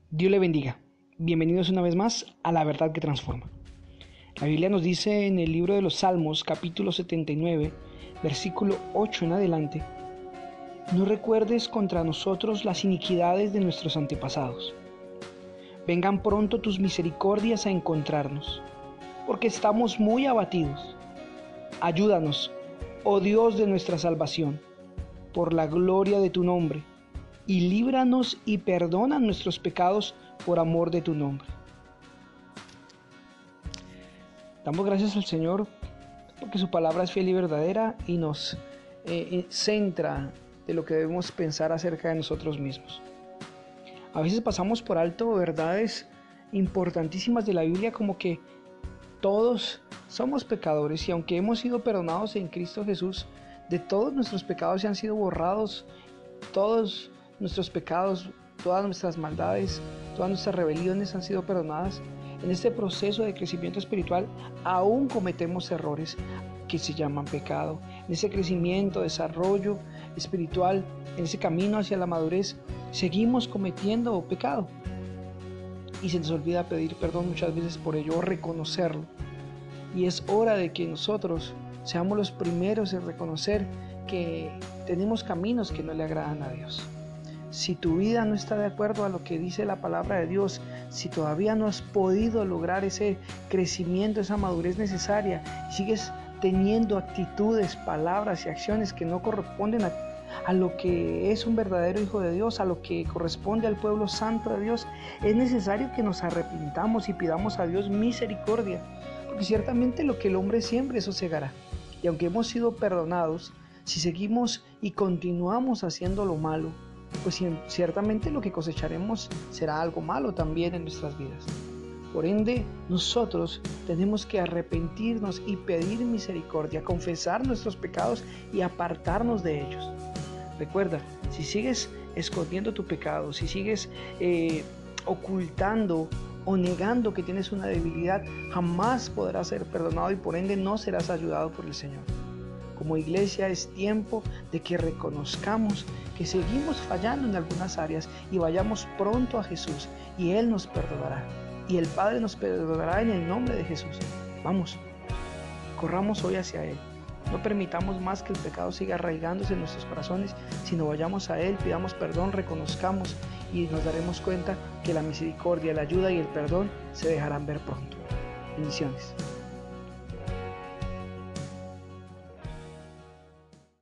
Dios le bendiga. Bienvenidos una vez más a La Verdad que Transforma. La Biblia nos dice en el libro de los Salmos, capítulo 79, versículo 8 en adelante: No recuerdes contra nosotros las iniquidades de nuestros antepasados. Vengan pronto tus misericordias a encontrarnos, porque estamos muy abatidos. Ayúdanos, oh Dios de nuestra salvación, por la gloria de tu nombre, y líbranos y perdona nuestros pecados por amor de tu nombre. Damos gracias al Señor porque su palabra es fiel y verdadera y nos centra de lo que debemos pensar acerca de nosotros mismos. A veces pasamos por alto verdades importantísimas de la Biblia, como que todos somos pecadores y aunque hemos sido perdonados en Cristo Jesús, de todos nuestros pecados se han sido borrados, todos nuestros pecados, todas nuestras maldades, todas nuestras rebeliones han sido perdonadas. En este proceso de crecimiento espiritual aún cometemos errores que se llaman pecado. En ese crecimiento, desarrollo espiritual, en ese camino hacia la madurez, seguimos cometiendo pecado. Y se nos olvida pedir perdón muchas veces por ello, o reconocerlo. Y es hora de que nosotros seamos los primeros en reconocer que tenemos caminos que no le agradan a Dios. Si tu vida no está de acuerdo a lo que dice la palabra de Dios, si todavía no has podido lograr ese crecimiento, esa madurez necesaria, y sigues teniendo actitudes, palabras y acciones que no corresponden a lo que es un verdadero hijo de Dios, a lo que corresponde al pueblo santo de Dios, es necesario que nos arrepintamos y pidamos a Dios misericordia, porque ciertamente lo que el hombre siembra, eso segará. Y aunque hemos sido perdonados, si seguimos y continuamos haciendo lo malo, pues ciertamente lo que cosecharemos será algo malo también en nuestras vidas. Por ende, nosotros tenemos que arrepentirnos y pedir misericordia, confesar nuestros pecados y apartarnos de ellos. Recuerda, si sigues escondiendo tu pecado, si sigues ocultando o negando que tienes una debilidad, jamás podrás ser perdonado y por ende no serás ayudado por el Señor. Como iglesia es tiempo de que reconozcamos que seguimos fallando en algunas áreas y vayamos pronto a Jesús y Él nos perdonará. Y el Padre nos perdonará en el nombre de Jesús. Vamos, corramos hoy hacia Él. No permitamos más que el pecado siga arraigándose en nuestros corazones, sino vayamos a Él, pidamos perdón, reconozcamos y nos daremos cuenta que la misericordia, la ayuda y el perdón se dejarán ver pronto. Bendiciones.